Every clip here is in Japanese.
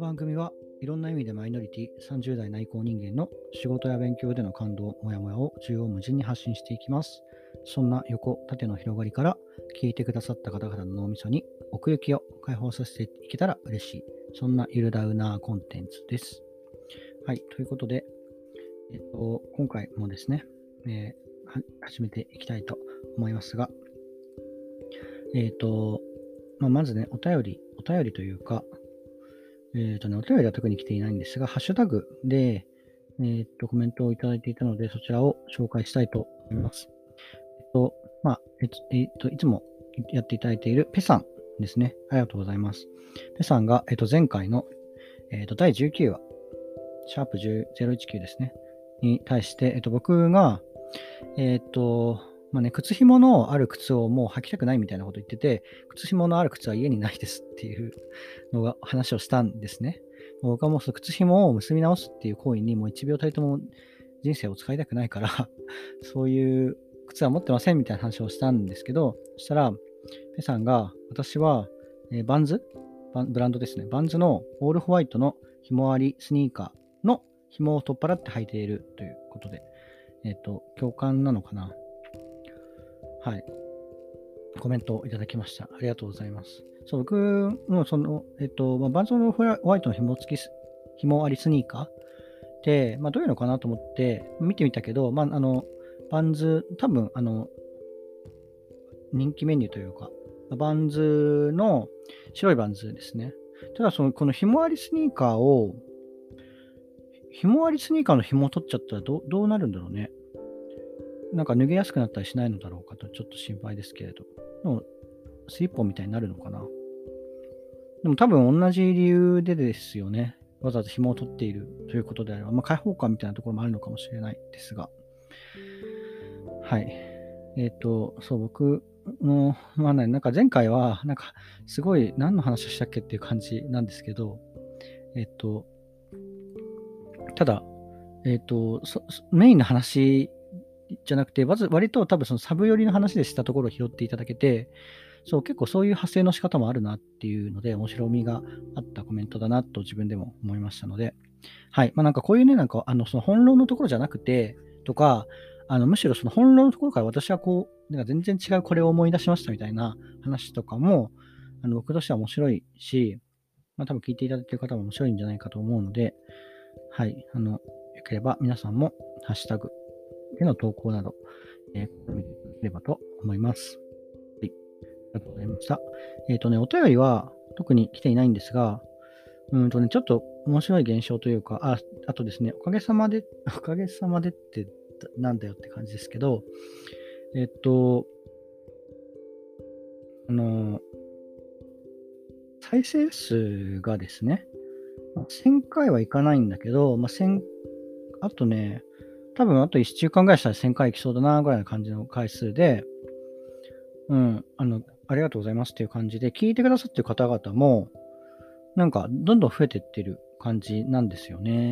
番組はいろんな意味でマイノリティ30代内向人間の仕事や勉強での感動、モヤモヤを縦横無尽に発信していきます。そんな横、縦の広がりから聞いてくださった方々の脳みそに奥行きを解放させていけたら嬉しい。そんなゆるダウナーコンテンツです。はい、ということで、今回もですね、始めていきたいと思いますが、まずね、お便りというか、お便りは特に来ていないんですが、ハッシュタグで、コメントをいただいていたので、そちらを紹介したいと思います。いつもやっていただいているペさんですね。ありがとうございます。ペさんが、前回の、第19話、シャープ019ですね。に対して、僕が、靴紐のある靴をもう履きたくないみたいなこと言ってて、靴紐のある靴は家にないですっていうのが話をしたんですね。僕はもうその靴紐を結び直すっていう行為にもう1秒たりとも人生を使いたくないから、そういう靴は持ってませんみたいな話をしたんですけど、そしたら、ペさんが、私は、ブランドですね。バンズのオールホワイトの紐ありスニーカーの紐を取っ払って履いているということで、共感なのかな。はい。コメントをいただきました。ありがとうございます。そう、僕もその、バンズのホワイトの紐ありスニーカーって、どういうのかなと思って見てみたけど、バンズ、多分、人気メニューというか、バンズの白いバンズですね。ただ、この紐ありスニーカーの紐を取っちゃったらどうなるんだろうね。なんか脱げやすくなったりしないのだろうかとちょっと心配ですけれど。でもスリッポンみたいになるのかな。でも多分同じ理由でですよね。わざわざ紐を取っているということであれば、開放感みたいなところもあるのかもしれないですが。はい。そう、僕の、なんか前回は、なんかすごい何の話をしたっけっていう感じなんですけど、ただ、メインの話じゃなくて、割と多分そのサブ寄りの話でしたところを拾っていただけて、そう、結構そういう発声の仕方もあるなっていうので、面白みがあったコメントだなと自分でも思いましたので、はい。なんかこういうね、その本論のところじゃなくて、とか、むしろその本論のところから私はなんか全然違うこれを思い出しましたみたいな話とかも、僕としては面白いし、多分聞いていただいている方も面白いんじゃないかと思うので、はい。よければ皆さんもハッシュタグでの投稿など、見ていただければと思います。はい。ありがとうございました。お便りは特に来ていないんですが、ちょっと面白い現象というか、あとですね、おかげさまでってなんだよって感じですけど、再生数がですね、1000回はいかないんだけど、あとね、多分あと1週間ぐらいしたら1000回いきそうだなぐらいな感じの回数で、ありがとうございますっていう感じで、聞いてくださってる方々も、なんか、どんどん増えてってる感じなんですよね。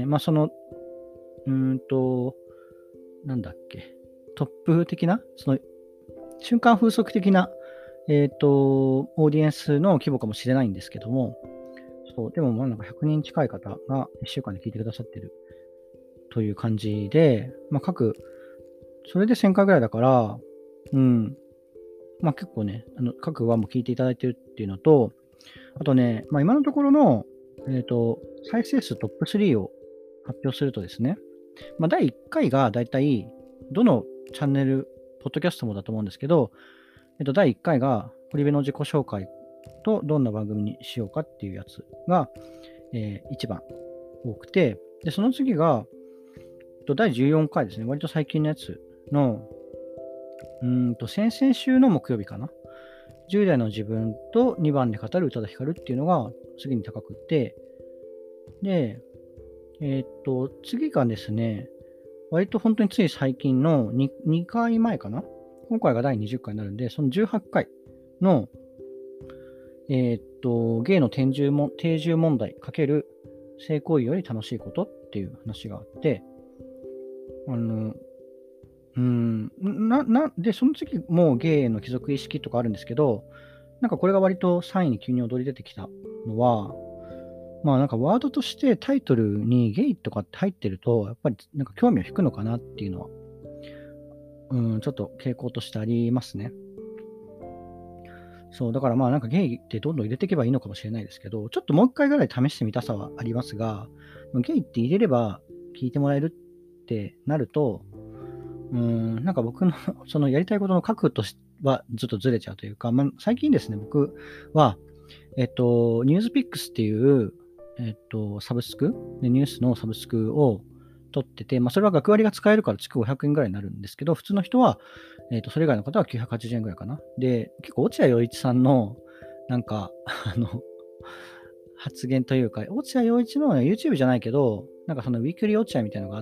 なんだっけ、トップ的な、その、瞬間風速的な、オーディエンスの規模かもしれないんですけども、そう、でもなんか100人近い方が1週間で聞いてくださってるという感じで、それで1000回ぐらいだから、結構ね、各話も聞いていただいてるっていうのと、あとね、今のところの、再生数トップ3を発表するとですね、第1回がだいたい、どのチャンネル、ポッドキャストもだと思うんですけど、第1回が、堀部の自己紹介とどんな番組にしようかっていうやつが、一番多くて、で、その次が、第14回ですね、割と最近のやつの、先々週の木曜日かな。10代の自分と2番で語る宇多田ヒカルっていうのが次に高くて、で、次がですね、割と本当につい最近の 2回前かな。今回が第20回になるんで、その18回の、芸の定住問題×性行為より楽しいことっていう話があって、で、その次も芸の貴族意識とかあるんですけど、なんかこれが割と3位に急に躍り出てきたのは、 まあなんかワードとしてタイトルにゲイとかって入ってると、やっぱりなんか興味を引くのかなっていうのは、ちょっと傾向としてありますね。そう、だからまあなんかゲイってどんどん入れていけばいいのかもしれないですけど、ちょっともう一回ぐらい試してみたさはありますが、ゲイって入れれば聞いてもらえるってなると、なんか僕のそのやりたいことの核としてはずっとずれちゃうというか、まあ、最近ですね、僕は、ニュースピックスっていう、サブスクで、ニュースのサブスクを取ってて、まあ、それは学割が使えるから月500円ぐらいになるんですけど、普通の人は、それ以外の方は980円ぐらいかな。で、結構落合陽一さんの、なんか、発言というか、落合陽一の YouTube じゃないけど、なんかそのウィークリー落合みたいなのがあって、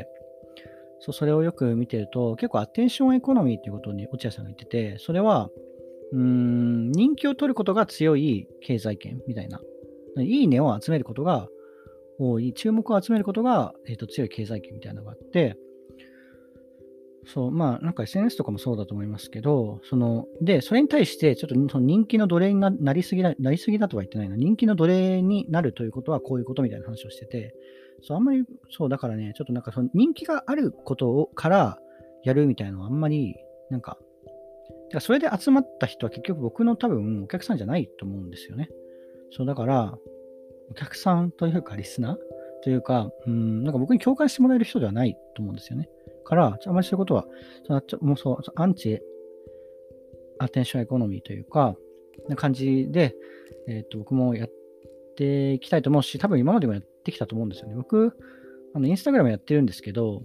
そう、それをよく見てると、結構アテンションエコノミーっていうことに落合さんが言ってて、それは、人気を取ることが強い経済圏みたいな。いいねを集めることが多い、注目を集めることが、強い経済圏みたいなのがあって、そう、まあ、なんか SNS とかもそうだと思いますけど、それに対して、ちょっとその人気の奴隷になりすぎだとは言ってないな。人気の奴隷になるということはこういうことみたいな話をしてて、そう、あんまり、そう、だからね、ちょっとなんかその人気があることからやるみたいなのはあんまり、なんか、てかそれで集まった人は結局僕の多分お客さんじゃないと思うんですよね。そう、だから、お客さんというかリスナーというか、なんか僕に共感してもらえる人ではないと思うんですよね。から、あまりそういうことは、もうそう、アンチアテンションエコノミーというか、な感じで、僕もやっていきたいと思うし、多分今までもやってきたと思うんですよね。僕、インスタグラムやってるんですけど、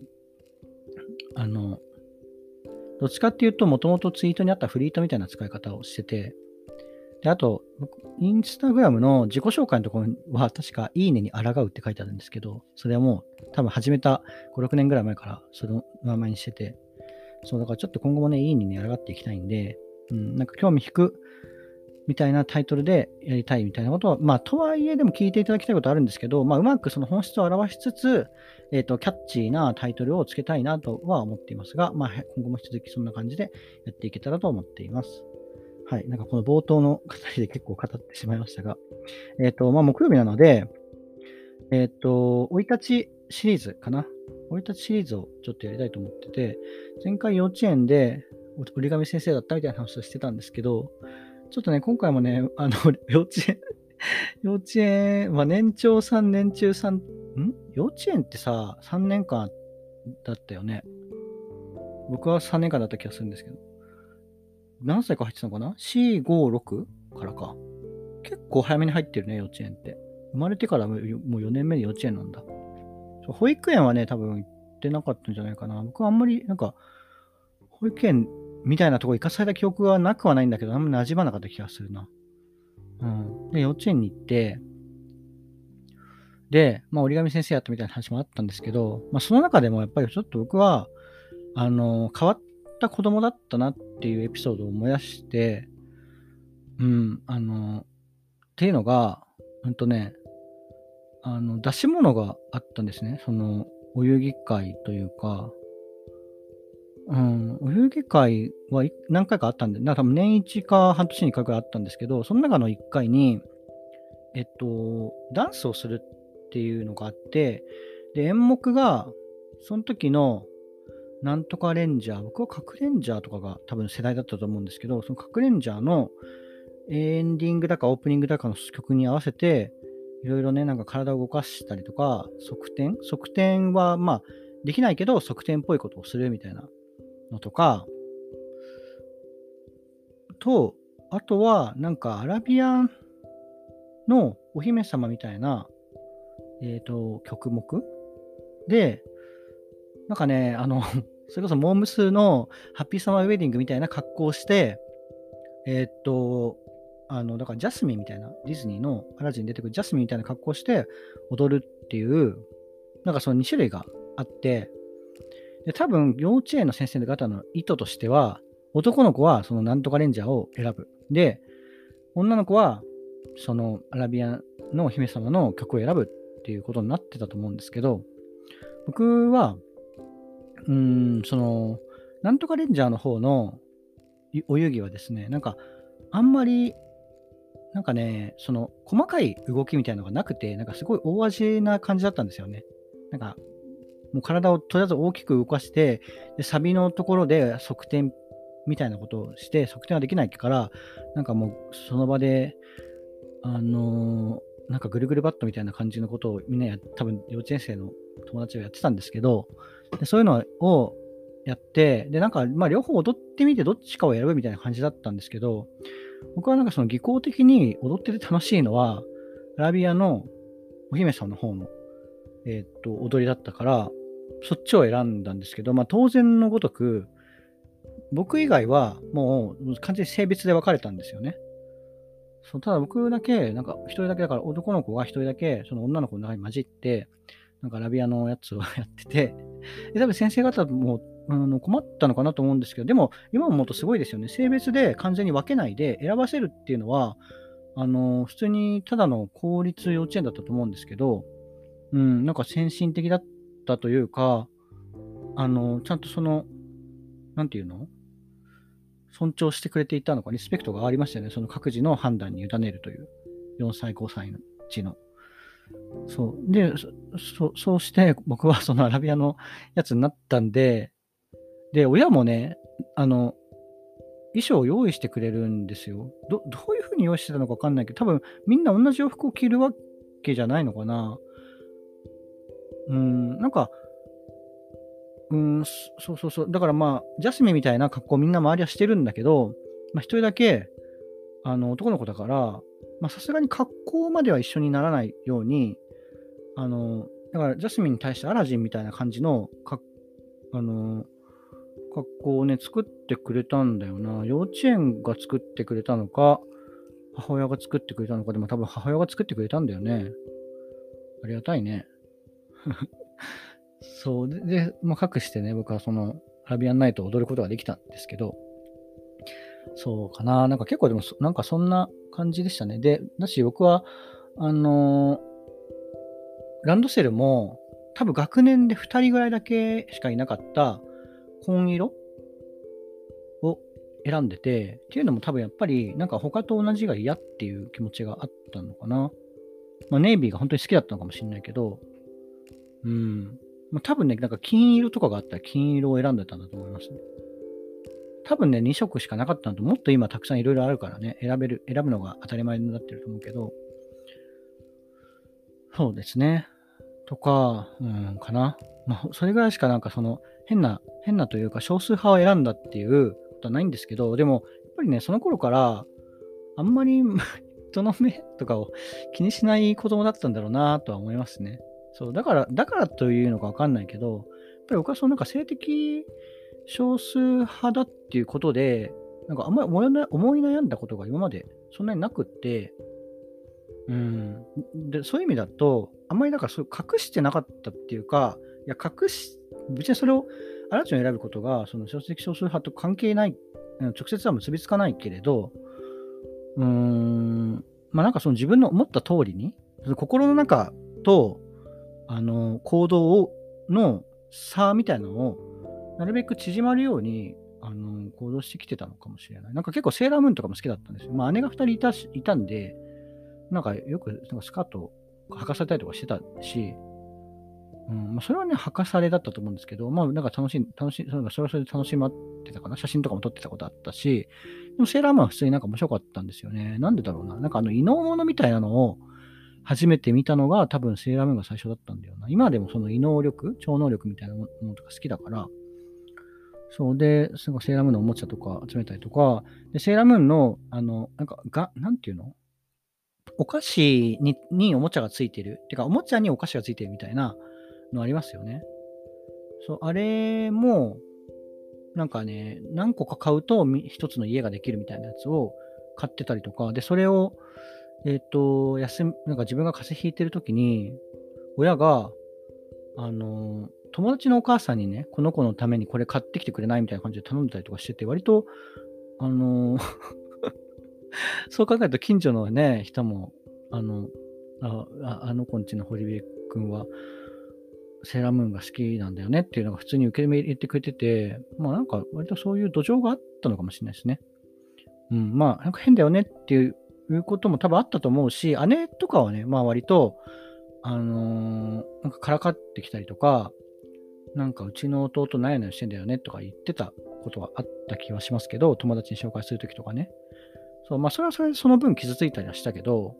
どっちかっていうと、もともとツイートにあったフリートみたいな使い方をしてて、で、あと、僕、インスタグラムの自己紹介のところは、確か、いいねに抗うって書いてあるんですけど、それはもう、多分始めた5、6年ぐらい前から、その名前にしてて、そう、だからちょっと今後もね、いいねに抗っていきたいんで、なんか興味引くみたいなタイトルでやりたいみたいなことは、まあ、とはいえでも聞いていただきたいことあるんですけど、まあ、うまくその本質を表しつつ、キャッチーなタイトルをつけたいなとは思っていますが、まあ、今後も引き続きそんな感じでやっていけたらと思っています。はい。なんかこの冒頭の語りで結構語ってしまいましたが、まあ、木曜日なので、生い立ちシリーズかな。生い立ちシリーズをちょっとやりたいと思ってて、前回幼稚園で折り紙先生だったみたいな話をしてたんですけど、ちょっとね、今回もね、幼稚園は年長さん、年中さん、幼稚園ってさ、3年間だったよね。僕は3年間だった気がするんですけど。何歳か入ってたのかな？ ?4、5、6からか。結構早めに入ってるね、幼稚園って。生まれてからもう4年目で幼稚園なんだ。保育園はね、多分行ってなかったんじゃないかな。僕はあんまり、なんか、保育園みたいなとこ行かされた記憶はなくはないんだけど、あんまり馴染まなかった気がするな。で、幼稚園に行って、で、まあ、折り紙先生やったみたいな話もあったんですけど、まあ、その中でもやっぱりちょっと僕は、変わった子供だったなっていうエピソードを思い出して、っていうのが、出し物があったんですね。お遊戯会というか、お遊戯会は何回かあったんで、なんか多分年1か半年に1回くらいあったんですけど、その中の1回に、ダンスをするっていうのがあって、で、演目が、その時のなんとかレンジャー、僕は核レンジャーとかが多分世代だったと思うんですけど、その核レンジャーのエンディングだかオープニングだかの曲に合わせて、いろいろね、なんか体を動かしたりとか、側転はまあ、できないけど、側転っぽいことをするみたいなのとか、あとは、なんかアラビアのお姫様みたいな、曲目で、なんかね、それこそモームスのハッピーサマーウェディングみたいな格好をして、だからジャスミンみたいな、ディズニーのアラジンに出てくるジャスミンみたいな格好をして踊るっていう、なんかその2種類があって、で、多分幼稚園の先生方の意図としては、男の子はそのなんとかレンジャーを選ぶ。で、女の子はそのアラビアのお姫様の曲を選ぶっていうことになってたと思うんですけど、僕は、なんとかレンジャーの方のお遊戯はですね、なんか、あんまりなんかね、その細かい動きみたいなのがなくて、なんかすごい大味な感じだったんですよね。なんか、もう体をとりあえず大きく動かして、で、サビのところで側転みたいなことをして、側転ができないから、なんかもうその場で、なんかぐるぐるバットみたいな感じのことをみんな多分幼稚園生の友達がやってたんですけど、でそういうのをやって、で、なんか、まあ、両方踊ってみてどっちかを選ぶみたいな感じだったんですけど、僕はなんかその技巧的に踊ってて楽しいのは、アラビアのお姫さんの方の、踊りだったから、そっちを選んだんですけど、まあ、当然のごとく、僕以外はもう完全に性別で分かれたんですよね。そう、ただ僕だけ、なんか一人だけ、だから男の子が一人だけ、その女の子の中に混じって、なんかアラビアのやつをやってて、で多分先生方も困ったのかなと思うんですけど、でも今思うとすごいですよね。性別で完全に分けないで選ばせるっていうのは、普通にただの公立幼稚園だったと思うんですけど、なんか先進的だったというか、ちゃんとその、なんていうの尊重してくれていたのか、リスペクトがありましたよね。その各自の判断に委ねるという。4歳、5歳のうちの。そう。で、そうして僕はそのアラビアのやつになったんで、で、親もね、衣装を用意してくれるんですよ。どういうふうに用意してたのかわかんないけど、多分みんな同じ洋服を着るわけじゃないのかな。なんか、そうそうそう。だからまあ、ジャスミンみたいな格好をみんな周りはしてるんだけど、まあ一人だけ、男の子だから、まあさすがに格好までは一緒にならないように、だからジャスミンに対してアラジンみたいな感じのあの、格好をね、作ってくれたんだよな。幼稚園が作ってくれたのか、母親が作ってくれたのか、でも多分母親が作ってくれたんだよね。ありがたいね。そう。まあ、かくしてね、僕はその、アラビアンナイトを踊ることができたんですけど、そうかな。なんか結構でもなんかそんな感じでしたね。で、だし僕は、あのーランドセルも、多分学年で2人ぐらいだけしかいなかった紺色を選んでて、っていうのも多分やっぱり、なんか他と同じが嫌っていう気持ちがあったのかな。まあ、ネイビーが本当に好きだったのかもしれないけど、まあ、多分ね、なんか金色とかがあったら金色を選んでたんだと思いますね。多分ね、2色しかなかったのと、もっと今たくさんいろいろあるからね、選ぶのが当たり前になってると思うけど、そうですね。とか、かな。まあ、それぐらいしかなんかその、変なというか少数派を選んだっていうことはないんですけど、でも、やっぱりね、その頃から、あんまり人の目とかを気にしない子供だったんだろうなとは思いますね。そう、だからというのかわかんないけど、やっぱり僕はそのなんか性的少数派だっていうことで、なんかあんまり思い悩んだことが今までそんなになくって、で、そういう意味だと、あんまりなんかそう隠してなかったっていうか、いや、別にそれをあなたに選ぶことが、その少数的少数派と関係ない、直接は結びつかないけれど、まあなんかその自分の思った通りに、その心の中と、行動の差みたいなのを、なるべく縮まるように、行動してきてたのかもしれない。なんか結構セーラームーンとかも好きだったんですよ。まあ姉が2人いたんで、なんかよくなんかスカート履かされたりとかしてたし、まあ、それはね、履かされだったと思うんですけど、まあ、なんかなんかそれはそれで楽しまってたかな。写真とかも撮ってたことあったし、でもセーラームーンは普通になんか面白かったんですよね。なんでだろうな。なんか異能者みたいなのを初めて見たのが多分セーラームーンが最初だったんだよな。今でもその異能力、超能力みたいなものとか好きだから、そうで、すごいセーラームーンのおもちゃとか集めたりとか、で、セーラームーンの、なんていうのお菓子におもちゃがついてる。てか、おもちゃにお菓子がついてるみたいなのありますよね。そう、あれも、なんかね、何個か買うと一つの家ができるみたいなやつを買ってたりとか、で、それを、なんか自分が風邪ひいてる時に、親が、友達のお母さんにね、この子のためにこれ買ってきてくれないみたいな感じで頼んでたりとかしてて、割と、あのそう考えると近所のね、人も、あの、あの子んちの堀部君は、セーラームーンが好きなんだよねっていうのが普通に受け入れてくれてて、まあなんか割とそういう土壌があったのかもしれないですね。まあなんか変だよねっていういうことも多分あったと思うし、姉とかはね、まあ割と、なんかからかってきたりとか、なんかうちの弟何やねんしてんだよねとか言ってたことはあった気はしますけど、友達に紹介するときとかね。そう、まあそれはそれでその分傷ついたりはしたけど、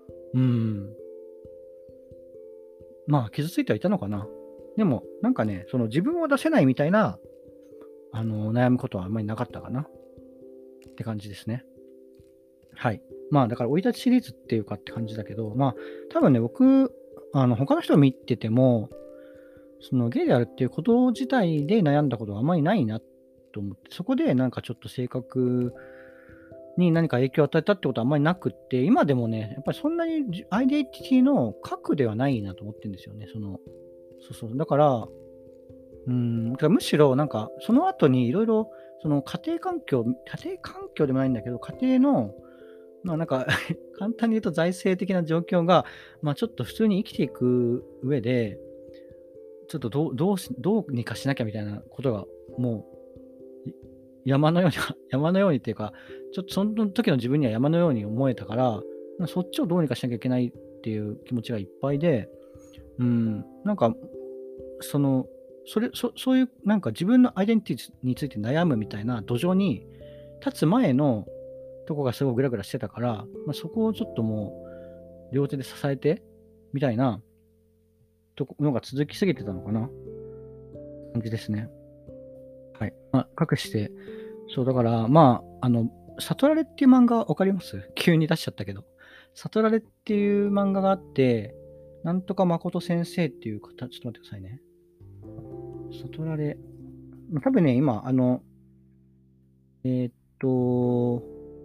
まあ傷ついてはいたのかな。でも、なんかね、その自分を出せないみたいな、悩むことはあんまりなかったかなって感じですね。はい。まあ、だから、生い立ちシリーズっていうかって感じだけど、まあ、多分ね、僕、他の人を見てても、そのゲイであるっていうこと自体で悩んだことがあまりないなと思って、そこでなんかちょっと性格に何か影響を与えたってことはあんまりなくって、今でもね、やっぱりそんなにアイデンティティの核ではないなと思ってるんですよね。そうそう。だから、だからむしろなんか、その後にいろいろ、その家庭環境でもないんだけど、家庭の、まあなんか簡単に言うと財政的な状況が、まあちょっと普通に生きていく上で、ちょっとどうにかしなきゃみたいなことが、もう、山のように山のようにっていうか、ちょっとその時の自分には山のように思えたから、そっちをどうにかしなきゃいけないっていう気持ちがいっぱいで、なんか、その、そういうなんか自分のアイデンティティについて悩むみたいな土壌に立つ前のとこがすごいグラグラしてたから、そこをちょっともう両手で支えてみたいなのが続きすぎてたのかな感じですね。はい。かくして、そうだから、悟られっていう漫画わかります？急に出しちゃったけど。悟られっていう漫画があって、なんとか誠先生っていう方、ちょっと待ってくださいね。悟られ。多分ね、今、えーっと、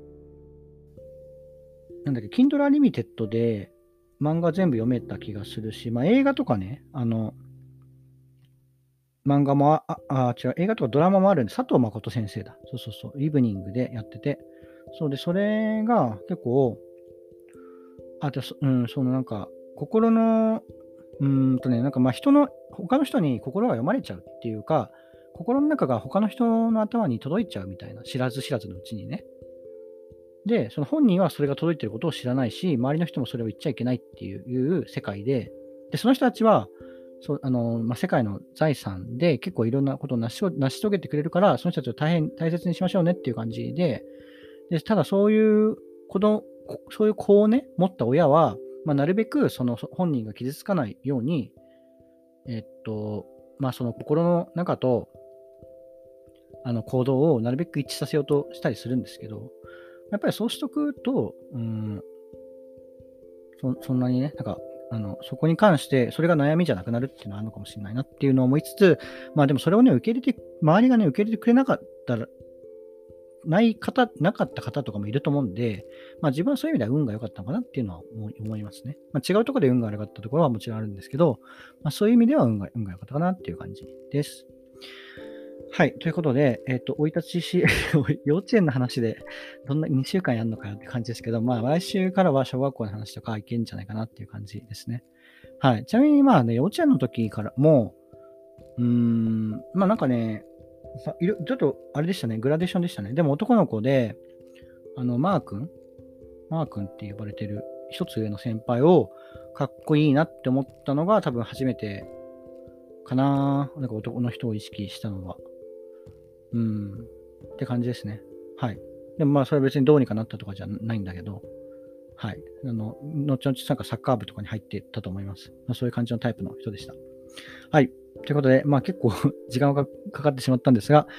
なんだっけ、Kindle Unlimited で漫画全部読めた気がするし、映画とかね、漫画も違う、映画とかドラマもあるんで、佐藤誠先生だ。そうそうそう、イブニングでやってて、そうで、それが結構、そのなんか、心の、なんか他の人に心が読まれちゃうっていうか、心の中が他の人の頭に届いちゃうみたいな、知らず知らずのうちにね。で、その本人はそれが届いてることを知らないし、周りの人もそれを言っちゃいけないっていう世界で、その人たちは、世界の財産で結構いろんなことを成し遂げてくれるから、その人たちを大変大切にしましょうねっていう感じで、ただそういう子をね、持った親は、なるべくその本人が傷つかないように、その心の中と、行動をなるべく一致させようとしたりするんですけど、やっぱりそうしとくと、そんなにね、なんか、そこに関して、それが悩みじゃなくなるっていうのはあるのかもしれないなっていうのを思いつつ、でもそれをね、周りがね、受け入れてくれなかったら、なかった方とかもいると思うんで、自分はそういう意味では運が良かったのかなっていうのは思いますね。違うところで運が悪かったところはもちろんあるんですけど、そういう意味では運が良かったかなっていう感じです。はい。ということで、生い立ちし、幼稚園の話で、どんな2週間やるのかよって感じですけど、来週からは小学校の話とかいけるんじゃないかなっていう感じですね。はい。ちなみに幼稚園の時からも、なんかね、ちょっと、あれでしたね、グラデーションでしたね。でも男の子で、マー君って呼ばれてる一つ上の先輩をかっこいいなって思ったのが多分初めてかな。なんか男の人を意識したのは。って感じですね。はい。でもそれは別にどうにかなったとかじゃないんだけど、はい。後々なんかサッカー部とかに入っていったと思います。そういう感じのタイプの人でした。はい。ということで、結構時間がかかってしまったんですが、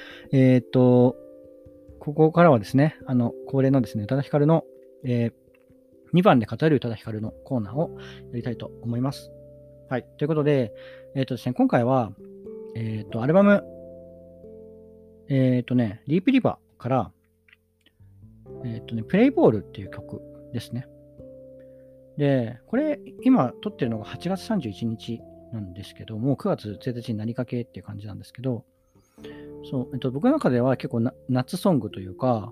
ここからはですね、恒例のですね、宇多田ヒカルの、2番で語る宇多田ヒカルのコーナーをやりたいと思います。はい。ということで、ですね、今回は、アルバム、ディープリバーから、プレイボールっていう曲ですね。で、これ、今撮ってるのが8月31日なんですけど、もう9月1日になりかけっていう感じなんですけど、そう、僕の中では結構夏ソングというか、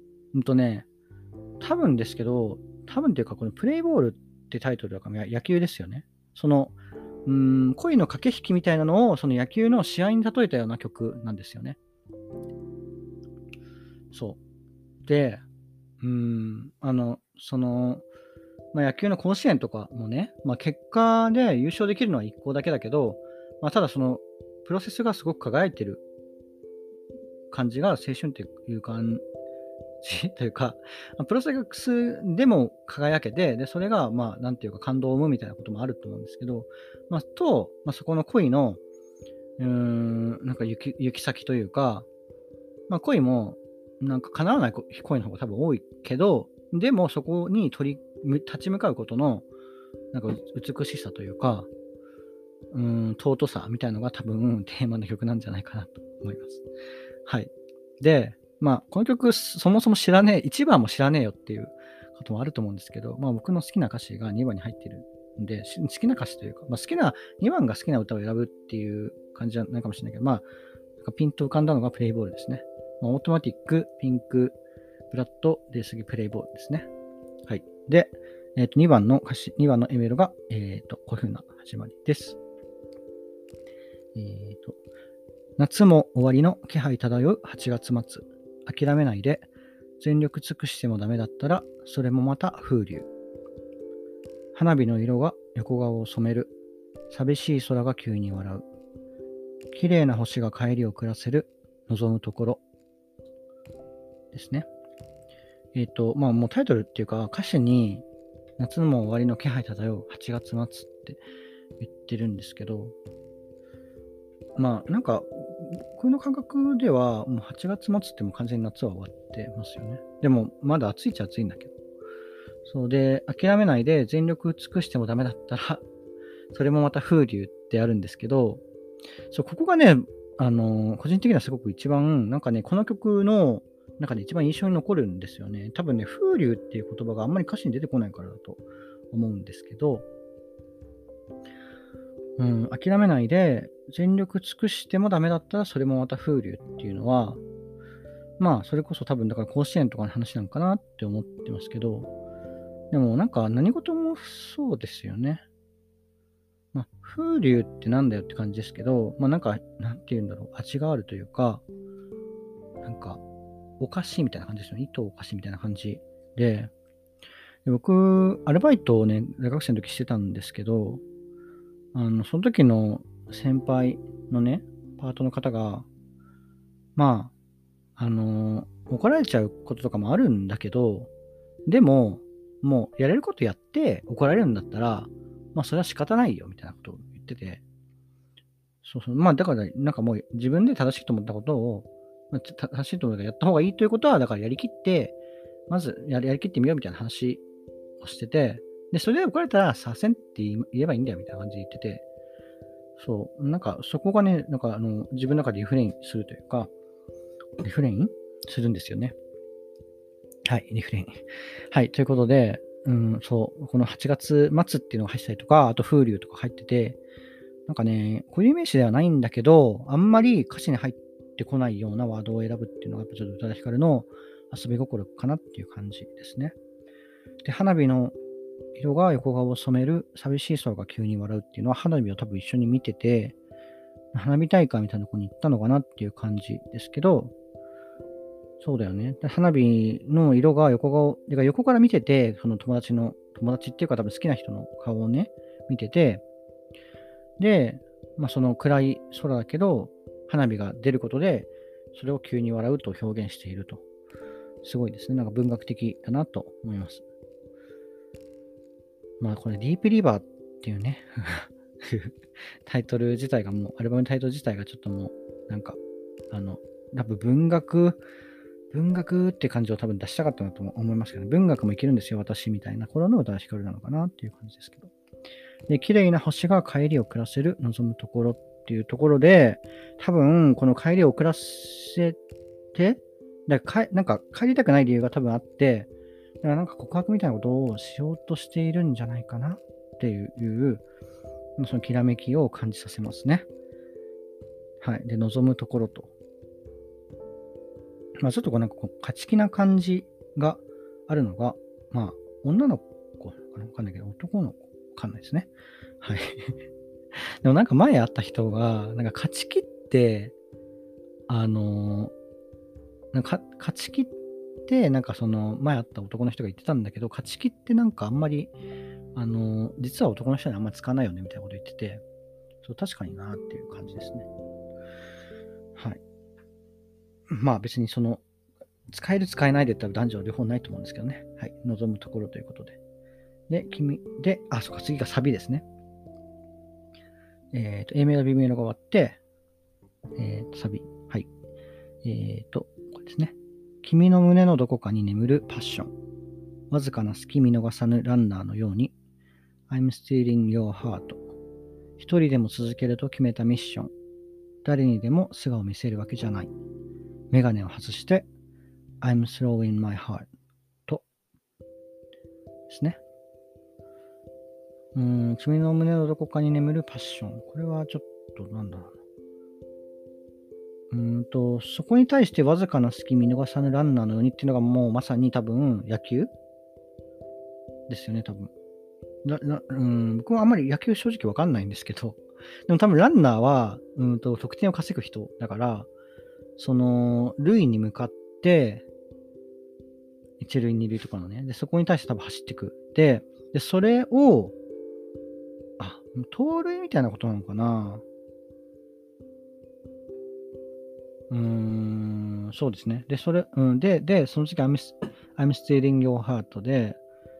多分ですけど、多分というか、このプレイボールってタイトルだから野球ですよね。恋の駆け引きみたいなのを、その野球の試合に例えたような曲なんですよね。そう。で、 野球の甲子園とかもね、結果で優勝できるのは1校だけだけど、ただそのプロセスがすごく輝いてる感じが青春っていう感じというか、プロセスでも輝けて、で、それが、なんていうか感動を生むみたいなこともあると思うんですけど、そこの恋の、なんか行き先というか、恋も、なんか叶わない恋の方が多分多いけど、でもそこに立ち向かうことの、なんか美しさというか、尊さみたいなのが多分テーマの曲なんじゃないかなと思います。はい。で、この曲そもそも知らねえ、1番も知らねえよっていうこともあると思うんですけど、僕の好きな歌詞が2番に入ってるんで、好きな歌詞というか、2番が好きな歌を選ぶっていう感じじゃないかもしれないけど、なんかピンと浮かんだのがプレイボールですね。オートマティック、ピンク、ブラッド、で、次プレイボールですね。はい。で、2番の歌詞、2番の A メロが、こういう風な始まりです。夏も終わりの気配漂う8月末。諦めないで、全力尽くしてもダメだったら、それもまた風流。花火の色が横顔を染める。寂しい空が急に笑う。綺麗な星が帰りを暮らせる。望むところ。ですね。もうタイトルっていうか、歌詞に、夏も終わりの気配漂う8月末って言ってるんですけど、なんか、僕の感覚では、もう8月末ってもう完全に夏は終わってますよね。でも、まだ暑いっちゃ暑いんだけど。そうで、諦めないで全力尽くしてもダメだったら、それもまた風流ってあるんですけど、そう、ここがね、個人的にはすごく一番、なんかね、この曲の中で一番印象に残るんですよね。多分ね、風流っていう言葉があんまり歌詞に出てこないからだと思うんですけど、諦めないで全力尽くしてもダメだったらそれもまた風流っていうのは、それこそ多分だから甲子園とかの話なのかなって思ってますけど、でもなんか何事もそうですよね。風流ってなんだよって感じですけど、なんか、なんて言うんだろう、味があるというか、なんか、お菓子みたいな感じですよね。糸お菓子みたいな感じで、僕、アルバイトをね、大学生の時してたんですけど、その時の先輩のね、パートの方が、怒られちゃうこととかもあるんだけど、でも、もうやれることやって怒られるんだったら、それは仕方ないよ、みたいなことを言ってて、そうそう。だから、なんかもう自分で正しいと思ったことを、正しいと思ったらやった方がいいということは、だからやりきって、まずやりきってみようみたいな話をしてて、で、それで怒られたら、させんって言えばいいんだよみたいな感じで言ってて、そう、なんかそこがね、なんか自分の中でリフレインするというか、リフレインするんですよね。はい、リフレイン。はい、ということで、そう、この8月末っていうのが入ってたりとか、あと風流とか入ってて、なんかね、固有名詞ではないんだけど、あんまり歌詞に入ってこないようなワードを選ぶっていうのが、やっぱちょっと宇多田ヒカルの遊び心かなっていう感じですね。で、花火の色が横顔を染める寂しい空が急に笑うっていうのは、花火を多分一緒に見てて、花火大会みたいなとこに行ったのかなっていう感じですけど、そうだよね。で花火の色が横から見てて、その友達っていうか多分好きな人の顔をね、見てて、で、その暗い空だけど、花火が出ることで、それを急に笑うと表現していると。すごいですね。なんか文学的だなと思います。これ、ディープリバーっていうね、タイトル自体がもう、アルバムのタイトル自体がちょっともう、なんか、多分文学って感じを多分出したかったなと思いますけど、ね、文学もいけるんですよ、私みたいな頃の宇多田ヒカルなのかなっていう感じですけど。で、綺麗な星が帰りを暮らせる望むところっていうところで、多分、この帰りを暮らせて、なんか帰りたくない理由が多分あって、だからなんか告白みたいなことをしようとしているんじゃないかなっていう、そのきらめきを感じさせますね。はい。で、望むところと。ちょっとこうなんか勝ち気な感じがあるのが、女の子かなわかんないけど、男の子わかんないですね。はい。でもなんか前会った人が、なんか勝ち気って、なんか勝ち気って、なんかその前会った男の人が言ってたんだけど、勝ち気ってなんかあんまり、実は男の人にあんまり使わないよねみたいなこと言ってて、そう、確かになっていう感じですね。はい。まあ別にその、使える使えないで言ったら男女両方ないと思うんですけどね。はい。望むところということで。で、そうか、次がサビですね。A メロ、B メロが終わって、サビ。はい。これですね。君の胸のどこかに眠るパッション。わずかな隙見逃さぬランナーのように、I'm stealing your heart。一人でも続けると決めたミッション。誰にでも素顔を見せるわけじゃない。メガネを外して、I'm throwing my heart とですね。君の胸のどこかに眠るパッション。これはちょっとなんだろうな。そこに対してわずかな隙見逃さぬランナーのようにっていうのがもうまさに多分野球ですよね、多分。僕はあんまり野球正直わかんないんですけど、でも多分ランナーは、得点を稼ぐ人だから、その、塁に向かって、一塁二塁とかのね、で、そこに対して多分走ってく。で、それを、盗塁みたいなことなのかな。そうですね。で、その次、I'm stealing your heart で、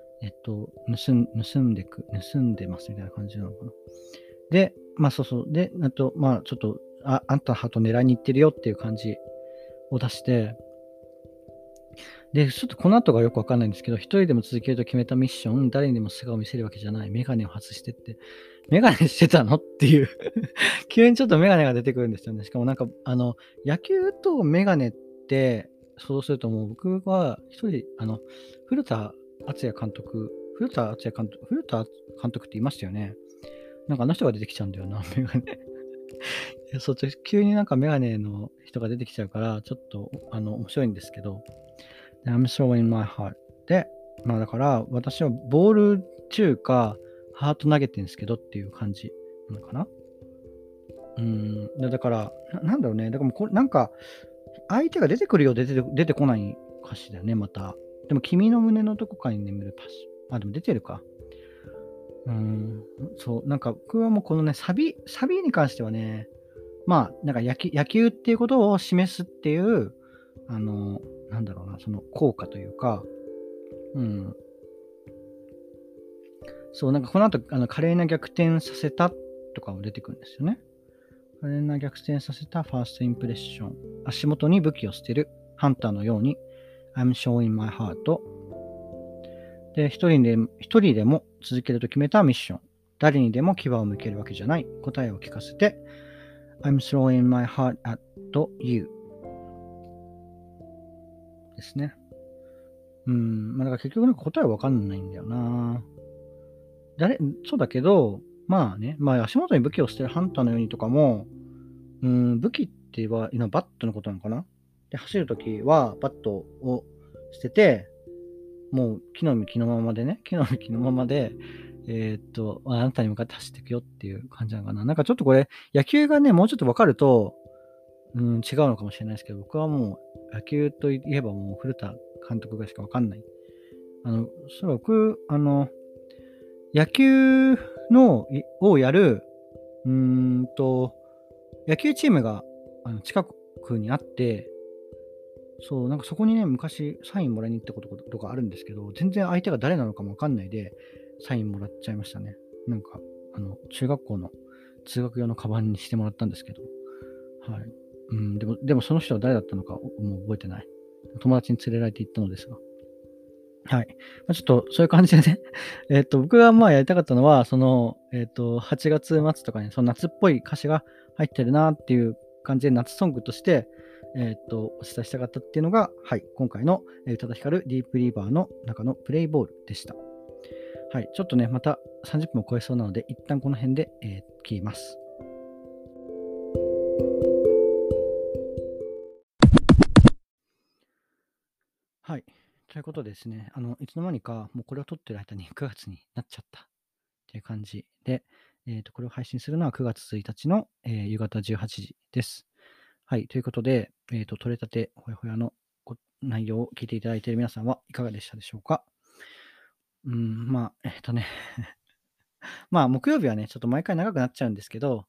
盗んでますみたいな感じなのかな。で、そうそう。で、ちょっと、あんたのハート狙いに行ってるよっていう感じを出して、で、ちょっとこの後がよくわかんないんですけど、一人でも続けると決めたミッション、誰にでも素顔を見せるわけじゃない、メガネを外してって、メガネしてたのっていう急にちょっとメガネが出てくるんですよね。しかもなんか、野球とメガネって、そうするともう僕は一人、古田敦也監督って言いましたよね。なんかあの人が出てきちゃうんだよな、メガネ。そう、急になんかメガネの人が出てきちゃうから、ちょっと、面白いんですけど、I'm throwing my heart で、だから私はボール中かハート投げてるんですけどっていう感じなのかな。だから、なんだろうね。だからもうこれなんか、相手が出てくるようで出てこない歌詞だよね、また。でも君の胸のどこかに眠るパス。でも出てるか。そう、なんか僕はもうこのね、サビに関してはね、なんか野球っていうことを示すっていう、なんだろうな、その効果というか、そう、なんかこの後、華麗な逆転させたとかも出てくるんですよね。華麗な逆転させたファーストインプレッション。足元に武器を捨てるハンターのように、I'm showing my heart。で、一人でも続けると決めたミッション。誰にでも牙を向けるわけじゃない。答えを聞かせて、I'm throwing my heart at you。ですね。だから結局なんか答えはわかんないんだよな。そうだけど、足元に武器を捨てるハンターのようにとかも、武器って言えば、今バットのことなのかな。で、走るときはバットを捨てて、もう木の実のままで、あなたに向かって走っていくよっていう感じなのかな。なんかちょっとこれ、野球がね、もうちょっとわかると、違うのかもしれないですけど、僕はもう野球といえばもう古田監督がしかわかんない。そう、僕、野球をやる、野球チームが近くにあって、そう、なんかそこにね、昔サインもらいに行ったこととかあるんですけど、全然相手が誰なのかもわかんないで、サインもらっちゃいましたね。なんか、中学校の通学用のカバンにしてもらったんですけど、はい。でもその人は誰だったのかもう覚えてない。友達に連れられて行ったのですが。はい。ちょっとそういう感じでね僕がやりたかったのは、その、8月末とかにその夏っぽい歌詞が入ってるなっていう感じで夏ソングとして、お伝えしたかったっていうのが、はい、今回の宇多田ヒカルディープリーバーの中のプレイボールでした。はい、ちょっとね、また30分を超えそうなので、一旦この辺で、切ります。はい。ということでですね、いつの間にか、もうこれを撮ってる間に9月になっちゃったっていう感じで、これを配信するのは9月1日の、夕方18時です。はい。ということで、取れたてほやほやの内容を聞いていただいている皆さんはいかがでしたでしょうか。まあ、木曜日はね、ちょっと毎回長くなっちゃうんですけど、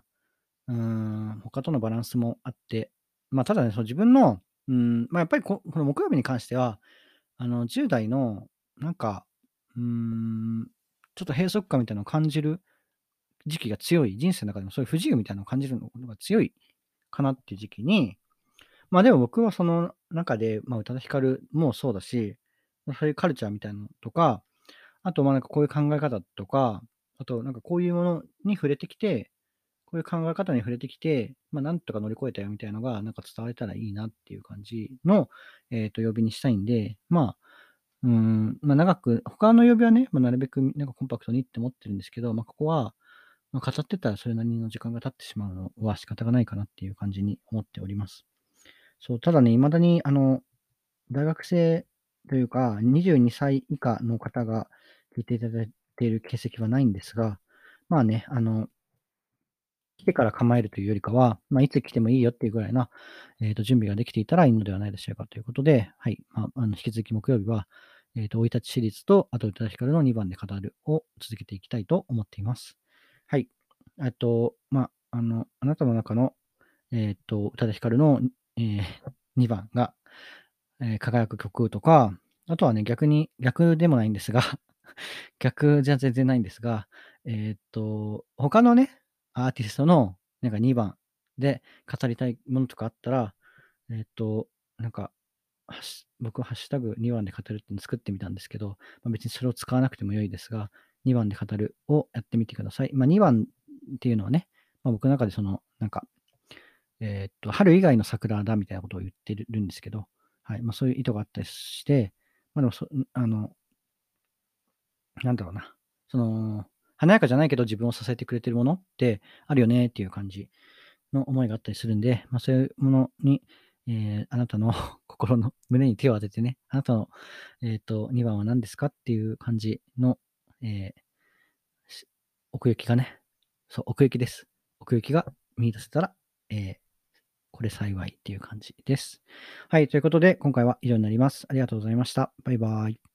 他とのバランスもあって、ただね、その自分の、やっぱりこの木曜日に関しては、10代の、なんか、うーん、ちょっと閉塞感みたいなのを感じる時期が強い、人生の中でもそういう不自由みたいなのを感じるのが強いかなっていう時期に、でも僕はその中で、宇多田ヒカルもそうだし、そういうカルチャーみたいなのとか、あと、なんかこういう考え方とか、あとなんかこういうものに触れてきて、こういう考え方に触れてきて、なんとか乗り越えたよみたいなのが、なんか伝われたらいいなっていう感じの、曜日にしたいんで、長く、他の曜日はね、なるべくなんかコンパクトにって思ってるんですけど、ここは、語ってたらそれなりの時間が経ってしまうのは仕方がないかなっていう感じに思っております。そう、ただね、未だに大学生というか、22歳以下の方が聞いていただいている形跡はないんですが、来てから構えるというよりかは、いつ来てもいいよっていうぐらいな、準備ができていたらいいのではないでしょうかということで、はい。引き続き木曜日は、生い立ちシリーズと、あと宇多田ヒカルの2番で語るを続けていきたいと思っています。はい。あなたの中の、宇多田ヒカルの、2番が、輝く曲とか、あとはね、逆でもないんですが、逆じゃ全然ないんですが、他のね、アーティストのなんか2番で語りたいものとかあったら、えっと、なんか、僕ハッシュタグ2番で語るっていうのを作ってみたんですけど、別にそれを使わなくても良いですが、2番で語るをやってみてください。2番っていうのはね、僕の中でその、春以外の桜だみたいなことを言ってるんですけど、はい。そういう意図があったりして、でもなんだろうな、その、華やかじゃないけど自分を支えてくれてるものってあるよねっていう感じの思いがあったりするんで、そういうものに、あなたの心の胸に手を当ててね、あなたの、2番は何ですかっていう感じの、えーし奥行きがね、そう、奥行きです。奥行きが見出せたら、えーこれ幸いっていう感じです。はい、ということで、今回は以上になります。ありがとうございました。バイバイ。